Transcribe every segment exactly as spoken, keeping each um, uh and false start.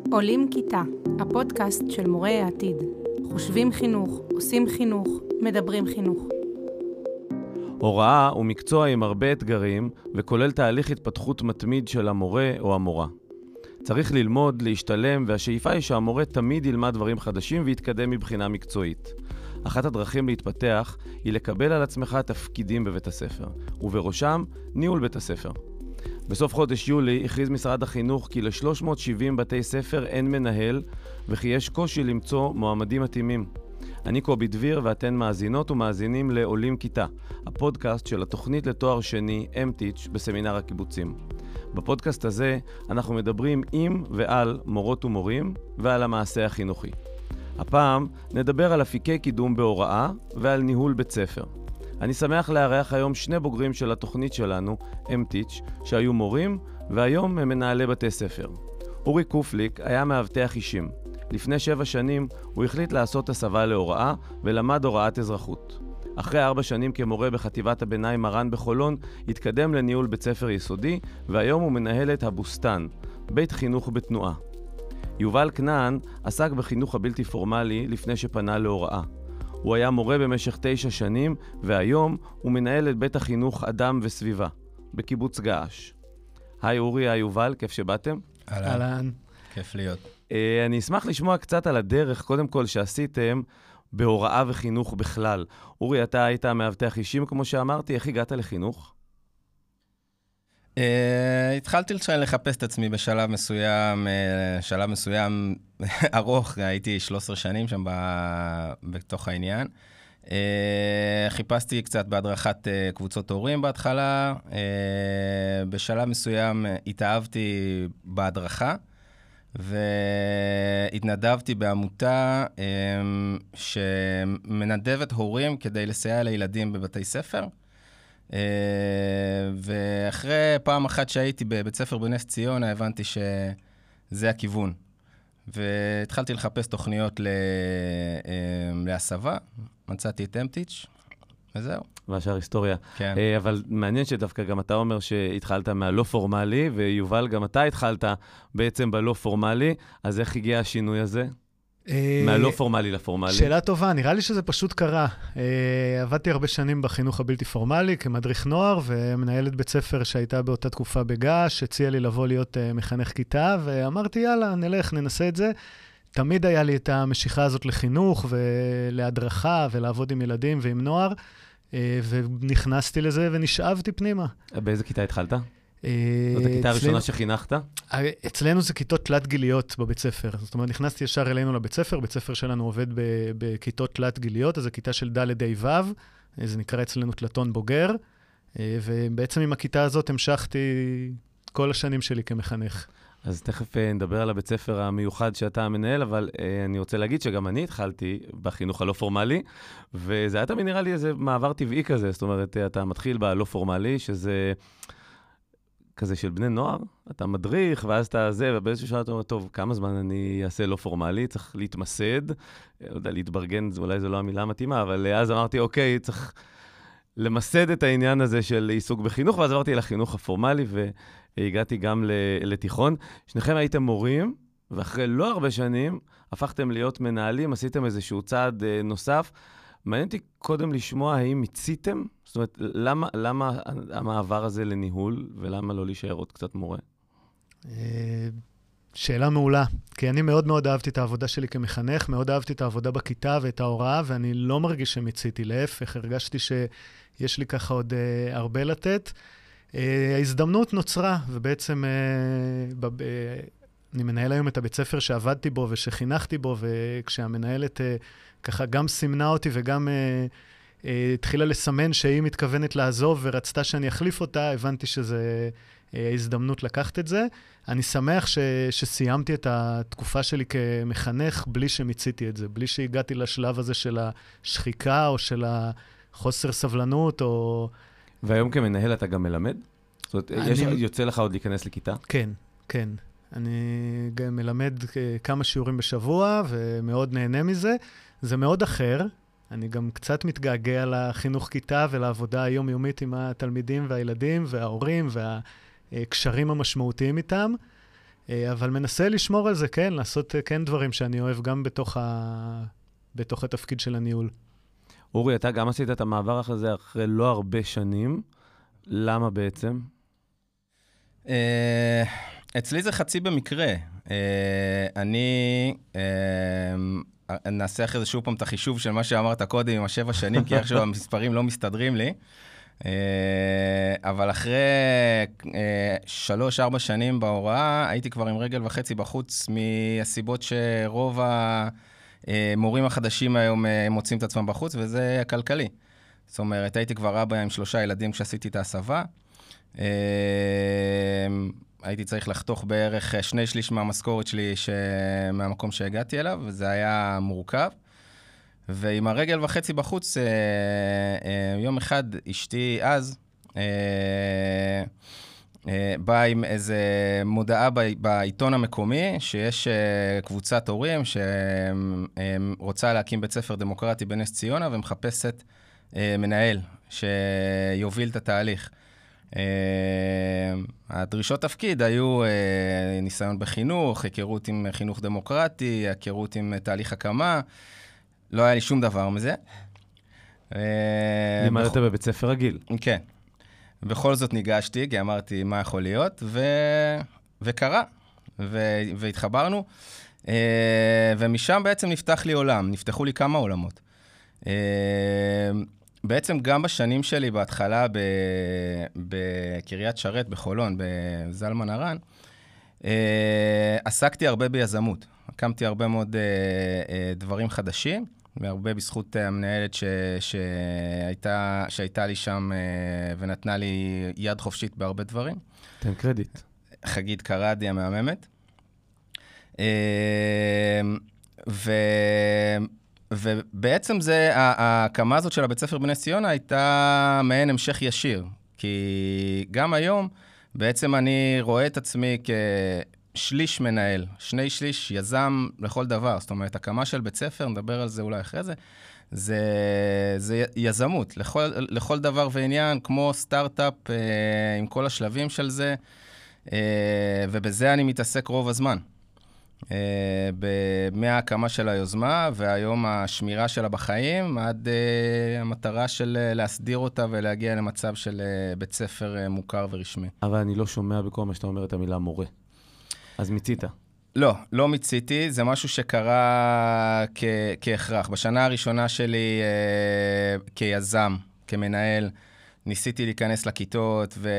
עולים כיתה, הפודקאסט של מורי העתיד. חושבים חינוך, עושים חינוך, מדברים חינוך. הוראה הוא מקצוע עם הרבה אתגרים וכולל תהליך התפתחות מתמיד של המורה או המורה. צריך ללמוד, להשתלם, והשאיפה היא שהמורה תמיד ילמד דברים חדשים ויתקדם מבחינה מקצועית. אחת הדרכים להתפתח היא לקבל על עצמך תפקידים בבית הספר, ובראשם ניהול בית הספר. בסוף חודש יולי הכריז משרד החינוך כי ל-שלוש מאות שבעים בתי ספר אין מנהל, וכי יש קושי למצוא מועמדים מתאימים. אני קובי דביר ואתן מאזינות ומאזינים לעולים כיתה, הפודקאסט של התוכנית לתואר שני M-Teach בסמינר הקיבוצים. בפודקאסט הזה אנחנו מדברים עם ועל מורות ומורים ועל המעשה החינוכי. הפעם נדבר על אפיקי קידום בהוראה ועל ניהול בית ספר. אני שמח לארח היום שני בוגרים של התוכנית שלנו, M-Teach, שהיו מורים והיום הם מנהלי בתי ספר. אורי קופליק היה מאבטח אישים. לפני שבע שנים הוא החליט לעשות הסבה להוראה ולמד הוראת אזרחות. אחרי ארבע שנים כמורה בחטיבת הביניים מרן בחולון, התקדם לניהול בית ספר יסודי, והיום הוא מנהל את הבוסתן, בית חינוך בתנועה. יובל כנען עסק בחינוך הבלתי פורמלי לפני שפנה להוראה. הוא היה מורה במשך תשע שנים, והיום הוא מנהל את בית החינוך אדם וסביבה, בקיבוץ געש. היי אורי, היי יובל, כיף שבאתם. אהלן. כיף להיות. אני אשמח לשמוע קצת על הדרך, קודם כל, שעשיתם בהוראה וחינוך בכלל. אורי, אתה היית מאבטח אישים, כמו שאמרתי, איך הגעת לחינוך? התחלתי לחפש את עצמי בשלב מסוים, שלב מסוים ארוך, הייתי שלוש עשרה שנים שם בתוך העניין. חיפשתי קצת בהדרכת קבוצות הורים בהתחלה, בשלב מסוים התאהבתי בהדרכה, והתנדבתי בעמותה שמנדבת הורים כדי לסייע לילדים בבתי ספר. ואחרי פעם אחת שהייתי בבית ספר בנס ציונה, הבנתי שזה הכיוון. והתחלתי לחפש תוכניות להסבה, מצאתי את M-Teach, וזהו. והשאר היסטוריה. כן. אבל מעניין שדווקא גם אתה אומר שהתחלת מהלא פורמלי, ויובל גם אתה התחלת בעצם בלא פורמלי, אז איך הגיע השינוי הזה? מהלא פורמלי לפורמלי. שאלה טובה, נראה לי שזה פשוט קרה. עבדתי הרבה שנים בחינוך הבלתי פורמלי, כמדריך נוער, ומנהלת בית ספר שהייתה באותה תקופה בגעש, הציעה לי לבוא להיות מחנך כיתה, ואמרתי, יאללה, נלך, ננסה את זה. תמיד היה לי את המשיכה הזאת לחינוך ולהדרכה ולעבוד עם ילדים ועם נוער, ונכנסתי לזה ונשאבתי פנימה. באיזה כיתה התחלת? זאת הכיתה הראשונה שחינכת? אצלנו זה כיתות תלת גיליות בבית ספר. זאת אומרת, נכנסתי ישר אלינו לבית ספר, בית ספר שלנו עובד בכיתות תלת גיליות, אז זו כיתה של ד' ה' ו', זה נקרא אצלנו תלתון בוגר, ובעצם עם הכיתה הזאת המשכתי כל השנים שלי כמחנך. אז תכף נדבר על הבית ספר המיוחד שאתה מנהל, אבל אני רוצה להגיד שגם אני התחלתי בחינוך הלא פורמלי, וזה היה תמיד נראה לי איזה מעבר טבעי כזה, זאת אומרת, אתה מתחיל בלא פורמלי, שזה כזה של בני נוער, אתה מדריך, ואז אתה זה, ובאיזשהו שעה אתה אומר, טוב, כמה זמן אני אעשה לא פורמלי, צריך להתמסד, לא יודע, להתברגן, אולי זו לא המילה המתאימה, אבל אז אמרתי, אוקיי, צריך למסד את העניין הזה של עיסוק בחינוך, ואז עברתי לחינוך הפורמלי, והגעתי גם לתיכון. שניכם הייתם מורים, ואחרי לא הרבה שנים, הפכתם להיות מנהלים, עשיתם איזשהו צעד נוסף. מעניין אותי קודם לשמוע האם מיציתם, זאת אומרת, למה, למה המעבר הזה לניהול, ולמה לא להישאר עוד קצת מורה? שאלה מעולה, כי אני מאוד מאוד אהבתי את העבודה שלי כמחנך, מאוד אהבתי את העבודה בכיתה ואת ההוראה, ואני לא מרגיש שמיציתי, להפך, הרגשתי שיש לי ככה עוד uh, הרבה לתת. Uh, ההזדמנות נוצרה, ובעצם uh, בב, uh, אני מנהל היום את הבית ספר שעבדתי בו ושחינכתי בו, וכשהמנהלת uh, ככה גם סימנה אותי וגם uh, uh, התחילה לסמן שהיא מתכוונת לעזוב ורצתה שאני אחליף אותה, הבנתי שזה uh, הזדמנות לקחת את זה. אני שמח ש, שסיימתי את התקופה שלי כמחנך בלי שמיציתי את זה, בלי שהגעתי לשלב הזה של השחיקה או של החוסר סבלנות או... והיום כמנהל אתה גם מלמד? זאת אומרת, אני... יש, יוצא לך עוד להיכנס לכיתה? כן, כן. אני גם מלמד כמה שיעורים בשבוע ומאוד נהנה מזה. זה מאוד אחר. אני גם קצת מתגעגע לחינוך כיתה ולעבודה היומיומית עם התלמידים והילדים וההורים והקשרים המשמעותיים איתם. אבל מנסה לשמור על זה, כן, לעשות כן דברים שאני אוהב גם בתוך, ה... בתוך התפקיד של הניהול. אורי, אתה גם עשית את המעבר הזה אחרי לא הרבה שנים. למה בעצם? אצלי זה חצי במקרה. אני נעשה אחרי זה שוב פעם את החישוב של מה שאמרת קודם עם השבע שנים, כי איכשהו המספרים לא מסתדרים לי. אבל אחרי שלוש, ארבע שנים בהוראה, הייתי כבר עם רגל וחצי בחוץ מהסיבות שרוב המורים החדשים היום מוצאים את עצמם בחוץ, וזה הכלכלי. זאת אומרת, הייתי כבר אבא עם שלושה ילדים כשעשיתי את ההסבה. הייתי צריך לחתוך בערך שני שליש מהמשכורת שלי מהמקום שהגעתי אליו, וזה היה מורכב. ועם הרגל וחצי בחוץ, יום אחד אשתי אז באה עם איזו מודעה בעיתון המקומי, שיש קבוצת הורים שרוצה להקים בית ספר דמוקרטי בנס ציונה, ומחפשת מנהל שיוביל את התהליך. הדרישות תפקיד היו ניסיון בחינוך, היכרות עם חינוך דמוקרטי, היכרות עם תהליך הקמה, לא היה לי שום דבר מזה. לימדת בבית ספר רגיל. כן. בכל זאת ניגשתי, כי אמרתי מה יכול להיות, וקרה, והתחברנו, ומשם בעצם נפתח לי עולם, נפתחו לי כמה עולמות. בעצם גם בשנים שלי, בהתחלה בקריית שרת, בחולון, בזלמן הרן, עסקתי הרבה ביזמות. הקמתי הרבה מאוד דברים חדשים, והרבה בזכות המנהלת ש, שהייתה, שהייתה לי שם ונתנה לי יד חופשית בהרבה דברים. תן קרדיט. חגית קרדי המהממת. ו... ובעצם זה, ההקמה הזאת של הבית ספר בנס ציונה הייתה מעין המשך ישיר, כי גם היום בעצם אני רואה את עצמי כשליש מנהל, שני שליש יזם לכל דבר, זאת אומרת, הקמה של בית ספר, נדבר על זה אולי אחרי זה, זה, זה יזמות, לכל, לכל דבר ועניין, כמו סטארט-אפ אה, עם כל השלבים של זה, אה, ובזה אני מתעסק רוב הזמן. Uh, מההקמה של היוזמה, והיום השמירה שלה בחיים, עד uh, המטרה של uh, להסדיר אותה ולהגיע למצב של uh, בית ספר uh, מוכר ורשמי. אבל אני לא שומע בכל מה שאתה אומר את המילה מורה. אז מיצית. לא, לא מיציתי. זה משהו שקרה כ- כהכרח. בשנה הראשונה שלי uh, כיזם, כמנהל, ניסיתי להיכנס לכיתות, ו...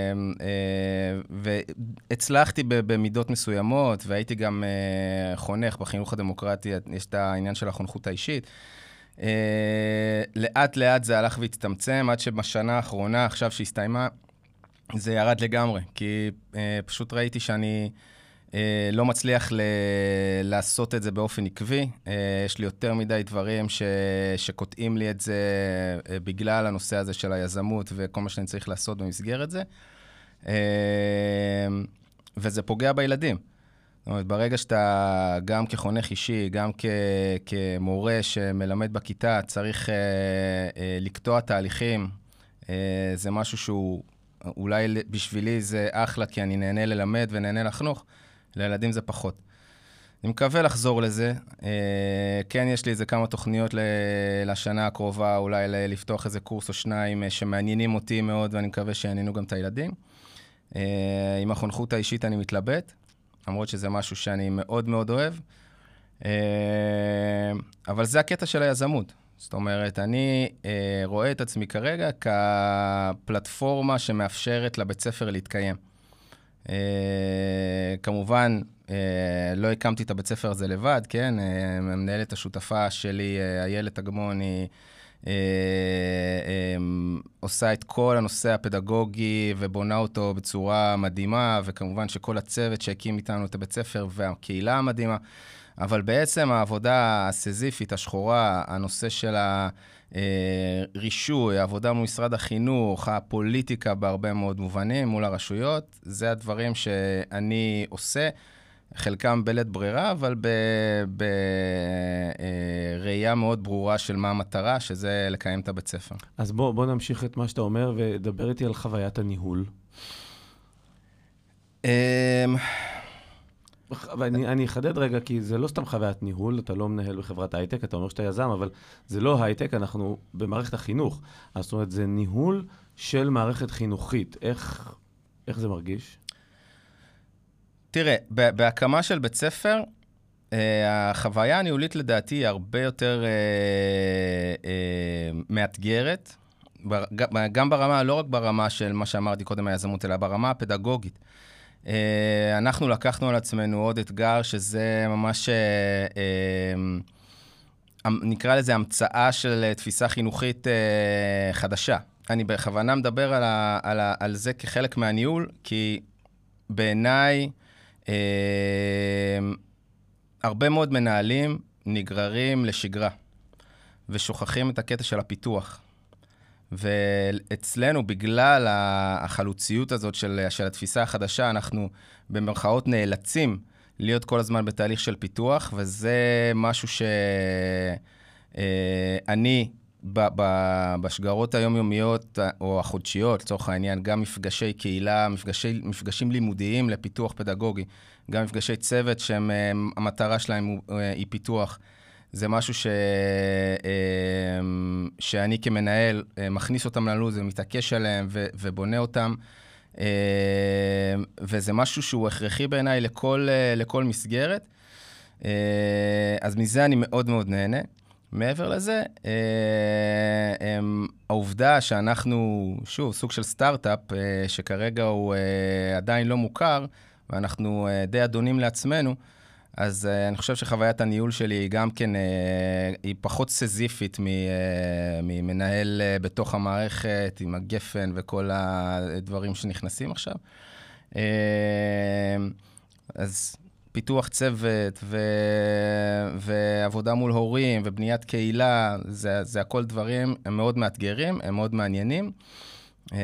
והצלחתי במידות מסוימות, והייתי גם חונך בחינוך הדמוקרטי, יש את העניין של החונכות האישית. לאט לאט זה הלך והצטמצם, עד שבשנה האחרונה, עכשיו שהסתיימה, זה ירד לגמרי, כי פשוט ראיתי שאני לא מצליח ל... לעשות את זה באופן עקבי. יש לי יותר מדי דברים ש... שקוטעים לי את זה בגלל הנושא הזה של היזמות וכל מה שאני צריך לעשות במסגרת זה. וזה פוגע בילדים. זאת אומרת, ברגע שאתה גם כחונך אישי, גם כ... כמורה שמלמד בכיתה, צריך לקטוע תהליכים. זה משהו שהוא אולי בשבילי זה אחלה, כי אני נהנה ללמד ונהנה לחנוך. לילדים זה פחות. אני מקווה לחזור לזה. כן, יש לי איזה כמה תוכניות לשנה הקרובה, אולי לפתוח איזה קורס או שניים שמעניינים אותי מאוד, ואני מקווה שיעניינו גם את הילדים. עם החונכות האישית אני מתלבט, למרות שזה משהו שאני מאוד מאוד אוהב. אבל זה הקטע של היזמות. זאת אומרת, אני רואה את עצמי כרגע כפלטפורמה שמאפשרת לבית ספר להתקיים. Uh, כמובן, uh, לא הקמתי את הבית ספר הזה לבד, כן? Uh, מנהלת השותפה שלי, uh, איילת אגמון, היא uh, uh, עושה את כל הנושא הפדגוגי ובונה אותו בצורה מדהימה, וכמובן שכל הצוות שהקים איתנו את הבית ספר והקהילה המדהימה, אבל בעצם העבודה הסזיפית, השחורה, הנושא של ה... רישוי, העבודה מול משרד החינוך, הפוליטיקה בהרבה מאוד מובנים מול הרשויות, זה הדברים שאני עושה, חלקם בלית ברירה, אבל בראייה מאוד ברורה של מה המטרה, שזה לקיים את הבית ספר. אז בוא, בוא נמשיך את מה שאתה אומר, ודבר איתי על חוויית הניהול. ואני אני אחדד רגע, כי זה לא סתם חוויית ניהול, אתה לא מנהל בחברת הייטק, אתה אומר שאתה יזם, אבל זה לא הייטק, אנחנו במערכת החינוך. זאת אומרת, זה ניהול של מערכת חינוכית. איך, איך זה מרגיש? תראה, בהקמה של בית ספר, החוויה הניהולית לדעתי היא הרבה יותר מאתגרת, גם ברמה, לא רק ברמה של מה שאמרתי קודם היזמות, אלא ברמה הפדגוגית. אנחנו לקחנו על עצמנו עוד אתגר, שזה ממש, נקרא לזה המצאה של תפיסה חינוכית חדשה. אני בכוונה מדבר על, ה, על, ה, על זה כחלק מהניהול, כי בעיניי, הרבה מאוד מנהלים נגררים לשגרה, ושוכחים את הקטע של הפיתוח. ואצלנו, בגלל החלוציות הזאת של, של התפיסה החדשה, אנחנו במרכאות נאלצים להיות כל הזמן בתהליך של פיתוח, וזה משהו שאני, ב, ב, בשגרות היומיומיות או החודשיות, לצורך העניין, גם מפגשי קהילה, מפגשי, מפגשים לימודיים לפיתוח פדגוגי, גם מפגשי צוות שהמטרה שלהם היא פיתוח, זה משהו ש... שאני כמנהל מכניס אותם ללוז ומתעקש עליהם ו... ובונה אותם, וזה משהו שהוא הכרחי בעיניי לכל, לכל מסגרת, אז מזה אני מאוד מאוד נהנה. מעבר לזה, העובדה שאנחנו, שוב, סוג של סטארט-אפ, שכרגע הוא עדיין לא מוכר, ואנחנו די אדונים לעצמנו, אז uh, אני חושב שחוויית הניהול שלי היא גם כן, uh, היא פחות סזיפית מ, uh, ממנהל uh, בתוך המערכת, עם הגפן וכל הדברים שנכנסים עכשיו. Uh, אז פיתוח צוות ו, ועבודה מול הורים ובניית קהילה, זה, זה הכל דברים, הם מאוד מאתגרים, הם מאוד מעניינים. Uh,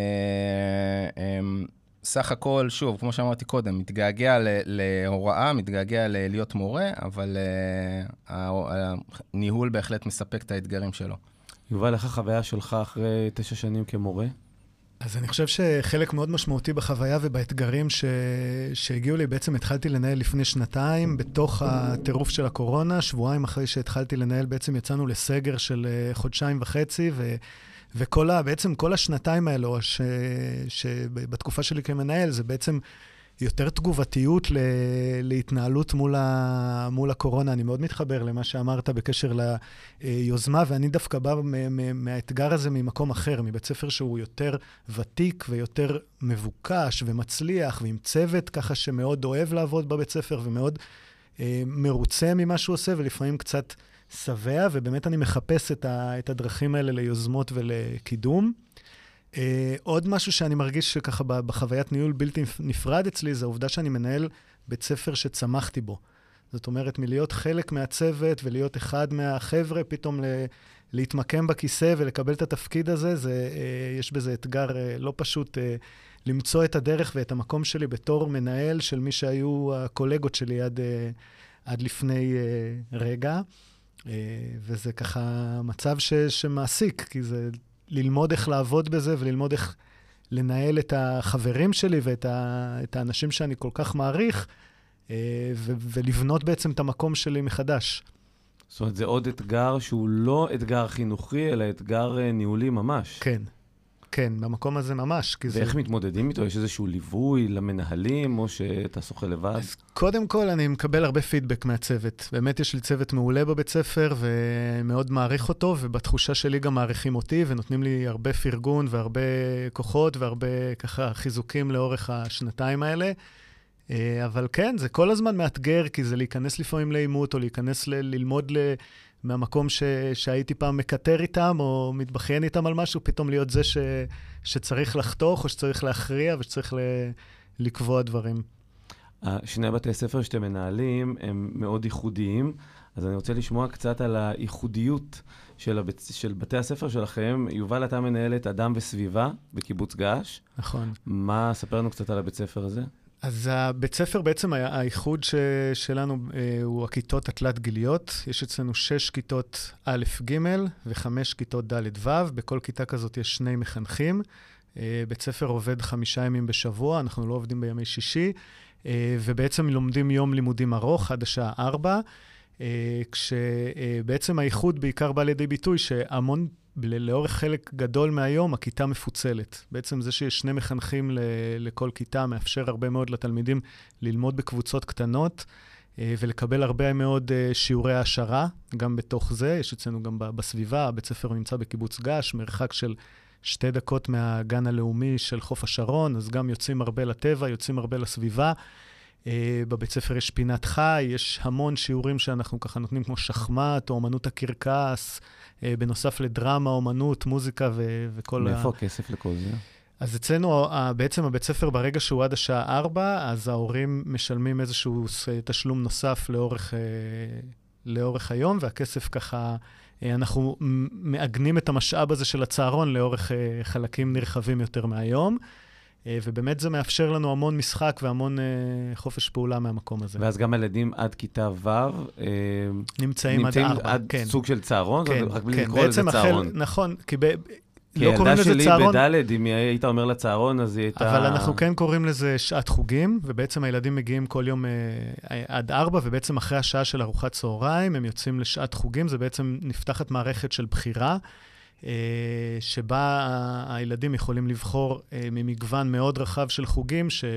um, סך הכל, שוב, כמו שאמרתי קודם, מתגעגע להוראה, מתגעגע להיות מורה, אבל הניהול בהחלט מספק את האתגרים שלו. יובל, איך החוויה שלך אחרי תשע שנים כמורה? אז אני חושב שחלק מאוד משמעותי בחוויה ובאתגרים ש... שהגיעו לי, בעצם התחלתי לנהל לפני שנתיים, בתוך הטירוף של הקורונה, שבועיים אחרי שהתחלתי לנהל, בעצם יצאנו לסגר של חודשיים וחצי, ו... וכל ה... בעצם כל השנתיים האלו, ש... שבתקופה שלי כמנהל, זה בעצם יותר תגובתיות ל... להתנהלות מול, ה... מול הקורונה. אני מאוד מתחבר למה שאמרת בקשר ליוזמה, ואני דווקא בא מ... מ... מהאתגר הזה ממקום אחר, מבית ספר שהוא יותר ותיק ויותר מבוקש ומצליח, ועם צוות ככה שמאוד אוהב לעבוד בבית ספר, ומאוד אה, מרוצה ממה שהוא עושה, ולפעמים קצת סבע, ובאמת אני מחפש את, ה... את הדרכים האלה ליוזמות ולקידום. Uh, עוד משהו שאני מרגיש שככה בחוויית ניהול בלתי נפרד אצלי, זה העובדה שאני מנהל בית ספר שצמחתי בו. זאת אומרת, מלהיות חלק מהצוות ולהיות אחד מהחבר'ה, פתאום ל- להתמקם בכיסא ולקבל את התפקיד הזה, זה, uh, יש בזה אתגר uh, לא פשוט uh, למצוא את הדרך ואת המקום שלי בתור מנהל של מי שהיו הקולגות שלי עד, uh, עד לפני uh, רגע. Uh, וזה ככה מצב ש- שמעסיק, כי זה... ללמוד איך לעבוד בזה, וללמוד איך לנהל את החברים שלי, ואת ה, את האנשים שאני כל כך מעריך, ו, ולבנות בעצם את המקום שלי מחדש. זאת אומרת, זה עוד אתגר שהוא לא אתגר חינוכי, אלא אתגר ניהולי ממש. כן, כן, במקום הזה ממש. ואיך זה... מתמודדים איתו? יש איזשהו ליווי למנהלים, או שאתה שוחה לבד? אז קודם כל, אני מקבל הרבה פידבק מהצוות. באמת יש לי צוות מעולה בבית ספר, ומאוד מעריך אותו, ובתחושה שלי גם מעריכים אותי, ונותנים לי הרבה פרגון, והרבה כוחות, והרבה ככה חיזוקים לאורך השנתיים האלה. אבל כן, זה כל הזמן מאתגר, כי זה להיכנס לפעמים לאימות, או להיכנס ל- ללמוד ל... מהמקום ש... שהייתי פעם מקטר איתם, או מתבחיין איתם על משהו, פתאום להיות זה ש... שצריך לחתוך, או שצריך להכריע, ושצריך ל... לקבוע דברים. שני בתי ספר שאתם מנהלים הם מאוד ייחודיים, אז אני רוצה לשמוע קצת על הייחודיות של, הבית... של בתי הספר שלכם. יובל, אתה מנהל את אדם וסביבה בקיבוץ געש. נכון. מה, ספר לנו קצת על הבית ספר הזה? אז הבית ספר בעצם, הייחוד ש... שלנו אה, הוא הכיתות התלת גיליות. יש אצלנו שש כיתות א' ג' וחמש כיתות ד' ו'. בכל כיתה כזאת יש שני מחנכים. אה, בית ספר עובד חמישה ימים בשבוע, אנחנו לא עובדים בימי שישי. ובעצם לומדים יום לימודים ארוך עד השעה ארבע, כשבעצם האיחוד בעיקר בא לידי ביטוי שהמון, לאורך חלק גדול מהיום, הכיתה מפוצלת. בעצם זה שיש שני מחנכים לכל כיתה מאפשר הרבה מאוד לתלמידים ללמוד בקבוצות קטנות, ולקבל הרבה מאוד שיעורי העשרה, גם בתוך זה. יש אצלנו גם בסביבה, הבית ספר נמצא בקיבוץ גש, מרחק של שתי דקות מהגן הלאומי של חוף השרון, אז גם יוצאים הרבה לטבע, יוצאים הרבה לסביבה. בבית ספר יש פינת חי, יש המון שיעורים שאנחנו ככה נותנים, כמו שחמט, או אומנות הקרקס, בנוסף לדרמה, אומנות, מוזיקה ו- וכל... מאיפה הכסף לכל זה? אז אצלנו, בעצם הבית ספר, ברגע שהוא עד השעה ארבע, אז ההורים משלמים איזשהו תשלום נוסף לאורך, לאורך היום, והכסף ככה, אנחנו מעגנים את המשאב הזה של הצהרון לאורך חלקים נרחבים יותר מהיום, ובאמת זה מאפשר לנו המון משחק והמון חופש פעולה מהמקום הזה. ואז גם הילדים עד כיתה ו' נמצאים עד ארבע, עד כן. סוג של צהרון? כן, רק בלי כן. לקרוא לזה צהרון. החל, נכון, כי ב... כי הילדה שלי בדלת, אם היית אומר לצהרון, אז היא הייתה... אבל אנחנו כן קוראים לזה שעת חוגים, ובעצם הילדים מגיעים כל יום אה, עד ארבע, ובעצם אחרי השעה של ארוחת צהריים, הם יוצאים לשעת חוגים, זה בעצם נפתחת מערכת של בחירה, אה, שבה הילדים יכולים לבחור אה, ממגוון מאוד רחב של חוגים, ש...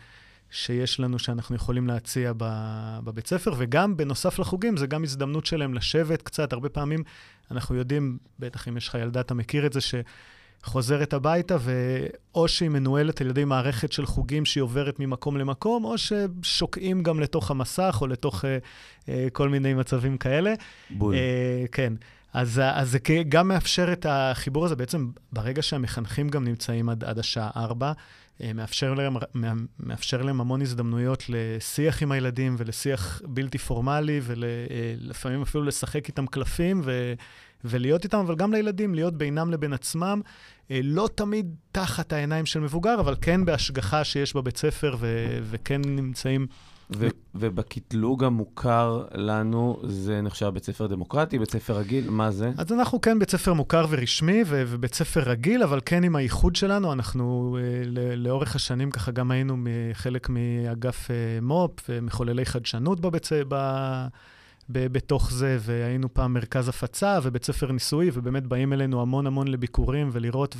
שיש לנו, שאנחנו יכולים להציע בבית ספר, וגם בנוסף לחוגים, זה גם הזדמנות שלהם לשבת קצת. הרבה פעמים אנחנו יודעים, בטח אם יש לך ילדה, אתה מכיר את זה, שחוזרת הביתה, ואו שהיא מנוהלת על ידי מערכת של חוגים שהיא עוברת ממקום למקום, או ששוקעים גם לתוך המסך, או לתוך אה, אה, כל מיני מצבים כאלה. בול. אה, כן. אז, אז זה גם מאפשר את החיבור הזה, בעצם ברגע שהמחנכים גם נמצאים עד, עד השעה ארבע, מאפשר להם, מאפשר להם המון הזדמנויות לשיח עם הילדים ולשיח בלתי פורמלי, ולפעמים אפילו לשחק איתם קלפים ו, ולהיות איתם, אבל גם לילדים, להיות בינם לבין עצמם, לא תמיד תחת העיניים של מבוגר, אבל כן בהשגחה שיש בבית ספר ו, וכן נמצאים... ו- ובקטלוג המוכר לנו, זה נחשב בית ספר דמוקרטי, בית ספר רגיל, מה זה? אז אנחנו כן בית ספר מוכר ורשמי, ו- ובית ספר רגיל, אבל כן עם הייחוד שלנו, אנחנו ל- לאורך השנים ככה גם היינו חלק מאגף מופ, ומחוללי חדשנות בבית ספר, ב- ב- בתוך זה, והיינו פעם מרכז הפצה ובית ספר ניסוי, ובאמת באים אלינו המון המון לביקורים ולראות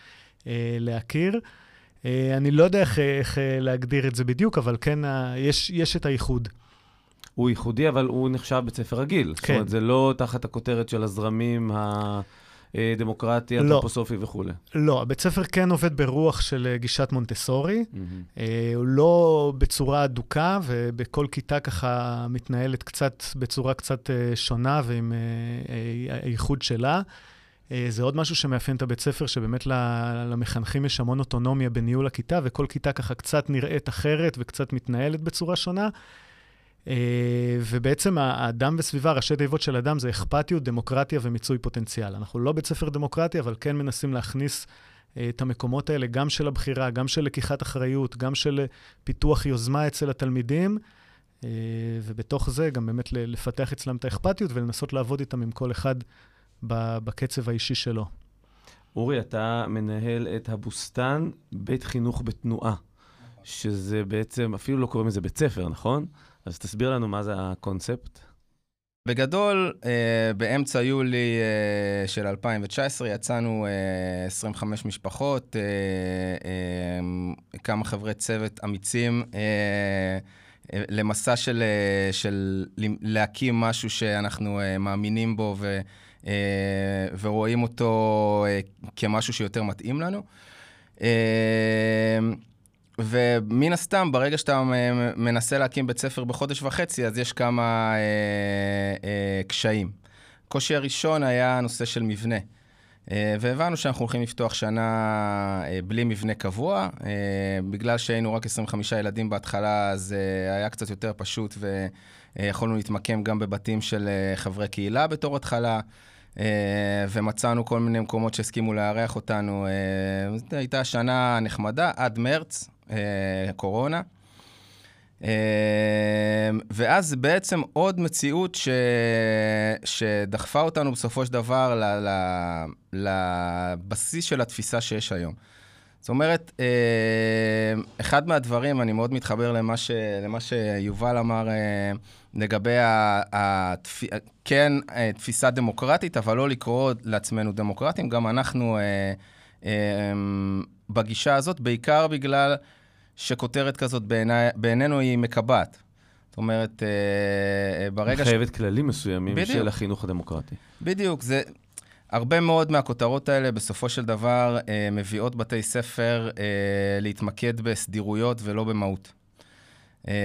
ולהכיר. אני לא יודע איך, איך להגדיר את זה בדיוק, אבל כן, יש, יש את הייחוד. הוא ייחודי, אבל הוא נחשב בית ספר רגיל. כן. זאת אומרת, זה לא תחת הכותרת של הזרמים הדמוקרטי, אנתרופוסופי וכו'. לא, הבית ספר כן עובד ברוח של גישת מונטסורי. Mm-hmm. הוא לא בצורה אדוקה, ובכל כיתה ככה מתנהלת קצת, בצורה קצת שונה, ועם הייחוד שלה. זה עוד משהו שמאפיין את הבית ספר, שבאמת למחנכים יש המון אוטונומיה בניהול הכיתה, וכל כיתה ככה קצת נראית אחרת וקצת מתנהלת בצורה שונה. ובעצם האדם וסביבה, ראשי תיבות של אדם, זה אכפתיות, דמוקרטיה ומיצוי פוטנציאל. אנחנו לא בית ספר דמוקרטי, אבל כן מנסים להכניס את המקומות האלה, גם של הבחירה, גם של לקיחת אחריות, גם של פיתוח יוזמה אצל התלמידים, ובתוך זה גם באמת לפתח אצלם את האכפתיות ולנסות לעבוד איתם עם כל אחד בקצב האישי שלו. אורי, אתה מנהל את הבוסתן בית חינוך בתנועה, שזה בעצם, אפילו לא קוראים לזה בית ספר, נכון? אז תסביר לנו מה זה הקונספט. בגדול, באמצע יולי של אלפיים תשע עשרה יצאנו עשרים וחמש משפחות, כמה חברי צוות אמיצים, למסע של, של להקים משהו שאנחנו מאמינים בו ו, ורואים אותו כמשהו שיותר מתאים לנו. ומן הסתם, ברגע שאתה מנסה להקים בית ספר בחודש וחצי, אז יש כמה קשיים. הקושי הראשון היה הנושא של מבנה. והבנו שאנחנו הולכים לפתוח שנה בלי מבנה קבוע. בגלל שהיינו רק עשרים וחמישה ילדים בהתחלה, אז היה קצת יותר פשוט, ויכולנו להתמקם גם בבתים של חברי קהילה בתור התחלה, ומצאנו כל מיני מקומות שהסכימו לארח אותנו. הייתה שנה נחמדה עד מרץ, קורונה. ואז בעצם עוד מציאות ש... שדחפה אותנו בסופו של דבר ל... ל... לבסיס של התפיסה שיש היום. זאת אומרת, אחד מהדברים, אני מאוד מתחבר למה, ש, למה שיובל אמר לגבי, התפ... כן, תפיסה דמוקרטית, אבל לא לקרוא לעצמנו דמוקרטים, גם אנחנו בגישה הזאת, בעיקר בגלל שכותרת כזאת בעיני, בעינינו היא מקבעת. זאת אומרת, ברגע... מחייבת ש... כללים מסוימים בדיוק. של החינוך הדמוקרטי. בדיוק, זה... הרבה מאוד מהכותרות האלה בסופו של דבר אה, מביאות בתי ספר אה, להתמקד בסדירויות ולא במהות. אה,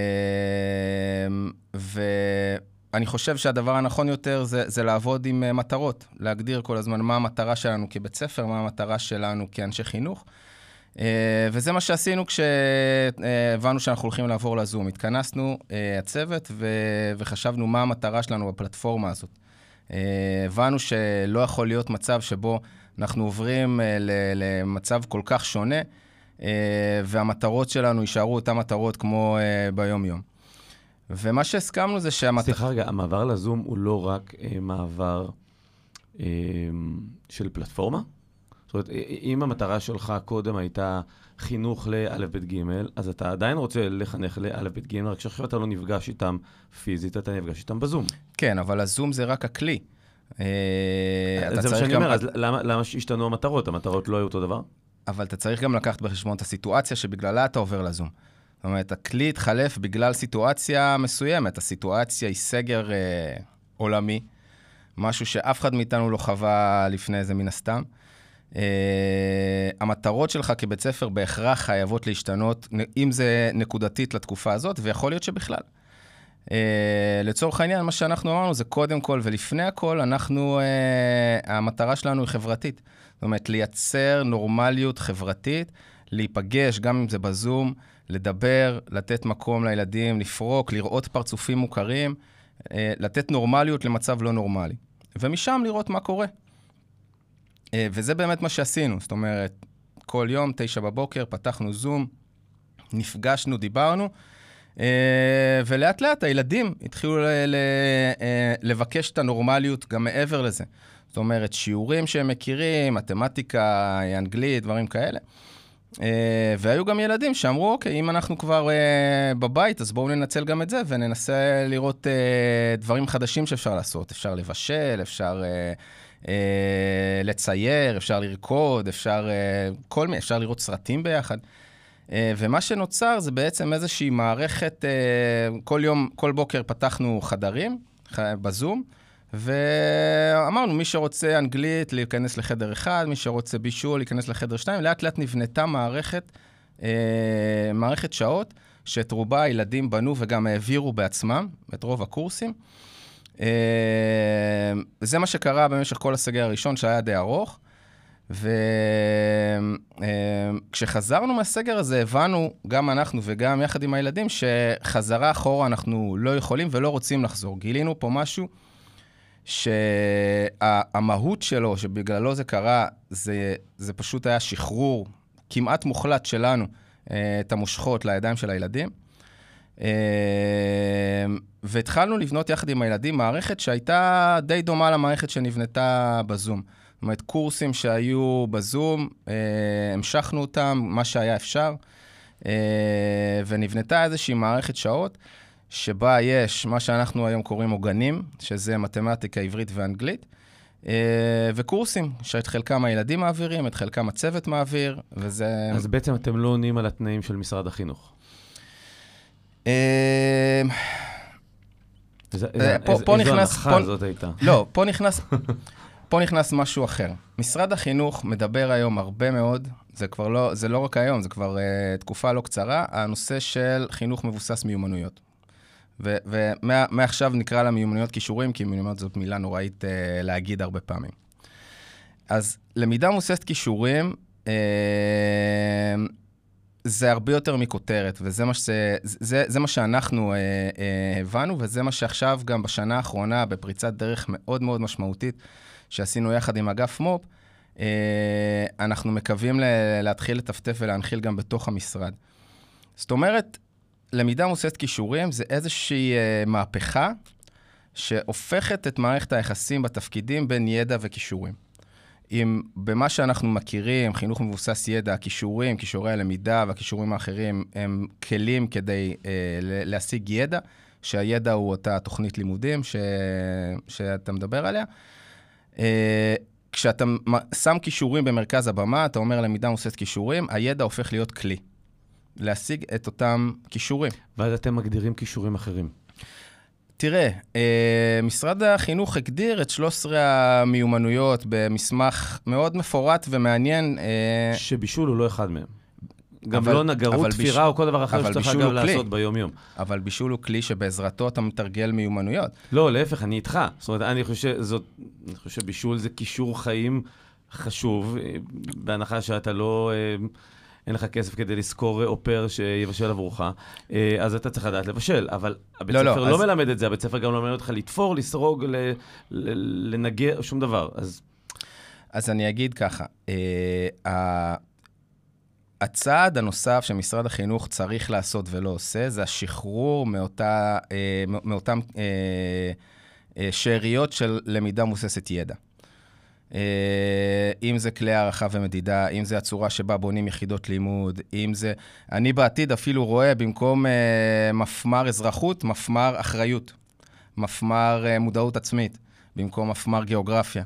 ואני חושב שהדבר הנכון יותר זה, זה לעבוד עם אה, מטרות, להגדיר כל הזמן מה המטרה שלנו כבית ספר, מה המטרה שלנו כאנשי חינוך. אה, וזה מה שעשינו כשהבנו שאנחנו הולכים לעבור לזום. התכנסנו אה, הצוות ו, וחשבנו מה המטרה שלנו בפלטפורמה הזאת. הבנו שלא יכול להיות מצב שבו אנחנו עוברים למצב כל כך שונה, והמטרות שלנו יישארו אותן מטרות כמו ביום-יום. ומה שהסכמנו זה שהמטרות... סליחה רגע, המעבר לזום הוא לא רק מעבר של פלטפורמה? זאת אומרת, אם המטרה שלך קודם הייתה חינוך לאלף בית ג', אז אתה עדיין רוצה לחנך לאלף בית ג', רק שעכשיו אתה לא נפגש איתם פיזית, אתה נפגש איתם בזום. כן, אבל הזום זה רק הכלי. זה מה שאני אומר, אז למה השתנו המטרות? המטרות לא היו אותו דבר? אבל אתה צריך גם לקחת בחשבון את הסיטואציה שבגללה אתה עובר לזום. זאת אומרת, הכלי התחלף בגלל סיטואציה מסוימת. הסיטואציה היא סגר עולמי, משהו שאף אחד מאיתנו לא חווה לפני זה מן הסתם. Uh, המטרות שלך כבית ספר בהכרח חייבות להשתנות, אם זה נקודתית לתקופה הזאת, ויכול להיות שבכלל. Uh, לצורך העניין, מה שאנחנו אמרנו זה קודם כל ולפני הכל, אנחנו, uh, המטרה שלנו היא חברתית. זאת אומרת, לייצר נורמליות חברתית, להיפגש, גם אם זה בזום, לדבר, לתת מקום לילדים, לפרוק, לראות פרצופים מוכרים, uh, לתת נורמליות למצב לא נורמלי. ומשם לראות מה קורה. וזה באמת מה שעשינו, זאת אומרת, כל יום, תשע בבוקר, פתחנו זום, נפגשנו, דיברנו, ולאט לאט הילדים התחילו לבקש את הנורמליות גם מעבר לזה. זאת אומרת, שיעורים שהם מכירים, מתמטיקה, אנגלית, דברים כאלה. והיו גם ילדים שאמרו, אוקיי, אם אנחנו כבר בבית, אז בואו ננצל גם את זה, וננסה לראות דברים חדשים שאפשר לעשות. אפשר לבשל, אפשר... לצייר, אפשר לרקוד, אפשר, כל מיני, אפשר לראות סרטים ביחד. ומה שנוצר זה בעצם איזושהי מערכת, כל יום, כל בוקר פתחנו חדרים בזום, ואמרנו, מי שרוצה אנגלית להיכנס לחדר אחד, מי שרוצה בישול להיכנס לחדר שתיים, לאט לאט נבנתה מערכת, מערכת שעות, שאת רובה הילדים בנו וגם העבירו בעצמם, את רוב הקורסים. זה מה שקרה במשך כל הסגר הראשון שהיה די ארוך, וכשחזרנו מהסגר הזה הבנו, גם אנחנו וגם יחד עם הילדים, שחזרה אחורה אנחנו לא יכולים ולא רוצים לחזור. גילינו פה משהו שהמהות שלו, שבגללו זה קרה, זה, זה פשוט היה שחרור כמעט מוחלט שלנו, את המושכות לידיים של הילדים. והתחלנו לבנות יחד עם הילדים מערכת שהייתה די דומה למערכת שנבנתה בזום. זאת אומרת, קורסים שהיו בזום, המשכנו אותם, מה שהיה אפשר, ונבנתה איזושהי מערכת שעות, שבה יש מה שאנחנו היום קוראים עוגנים, שזה מתמטיקה, עברית ואנגלית, וקורסים, שאת חלקם הילדים מעבירים, את חלקם הצוות מעביר, וזה... אז בעצם אתם לא עונים על התנאים של משרד החינוך. פה נכנס... איזו הנחה זאת הייתה? לא, פה נכנס... פה נכנס משהו אחר. משרד החינוך מדבר היום הרבה מאוד, זה כבר לא, זה לא רק היום, זה כבר uh, תקופה לא קצרה, הנושא של חינוך מבוסס מיומנויות. ומעכשיו נקרא לה מיומנויות כישורים, כי מיומנויות זאת מילה נוראית uh, להגיד הרבה פעמים. אז למידה מבוססת כישורים, uh, זה הרבה יותר מכותרת, וזה מה, שזה, זה, זה מה שאנחנו uh, uh, הבנו, וזה מה שעכשיו גם בשנה האחרונה, בפריצת דרך מאוד מאוד משמעותית, שעשינו יחד עם אגף מופ, אנחנו מקווים להתחיל לטפטף ולהנחיל גם בתוך המשרד. זאת אומרת, למידה מבוססת כישורים זה איזושהי מהפכה שהופכת את מערכת היחסים בתפקידים בין ידע וכישורים. אם במה שאנחנו מכירים, חינוך מבוסס ידע, הכישורים, כישורי הלמידה והכישורים האחרים, הם כלים כדי אה, להשיג ידע, שהידע הוא אותה תוכנית לימודים ש... שאתה מדבר עליה. אה, כשאתה שם כישורים במרכז הבמה, אתה אומר למידה מבוססת כישורים, הידע הופך להיות כלי. להשיג את אותם כישורים. ואז אתם מגדירים כישורים אחרים. תראה, משרד החינוך הגדיר את שלוש עשרה המיומנויות במסמך מאוד מפורט ומעניין. שבישול הוא לא אחד מהם. גם לא נגרות, תפירה או כל דבר אחר שצריך אגב לעשות ביום-יום. אבל בישול הוא כלי שבעזרתו אתה מתרגל מיומנויות. לא, להפך, אני איתך. זאת אומרת, אני חושב, זאת, אני חושב בישול זה קישור חיים חשוב, בהנחה שאתה לא... אין לך כסף כדי לזכור אופר שיבשל עבורך, אז אתה צריך לדעת לבשל, אבל הבית ספר לא, לא, לא אז... מלמד את זה, הבית ספר גם לא מלמד אותך לתפור, לסרוג, ל... ל... לנגר, שום דבר. אז... אז אני אגיד ככה, אה, הצעד הנוסף שמשרד החינוך צריך לעשות ולא עושה, זה השחרור מאותה, אה, מאותם אה, אה, שאריות של למידה מבוססת ידע. אם זה כלי הערכה ומדידה, אם זה הצורה שבה בונים יחידות לימוד, אם זה... אני בעתיד אפילו רואה במקום מפמר אזרחות, מפמר אחריות, מפמר מודעות עצמית, במקום מפמר גיאוגרפיה.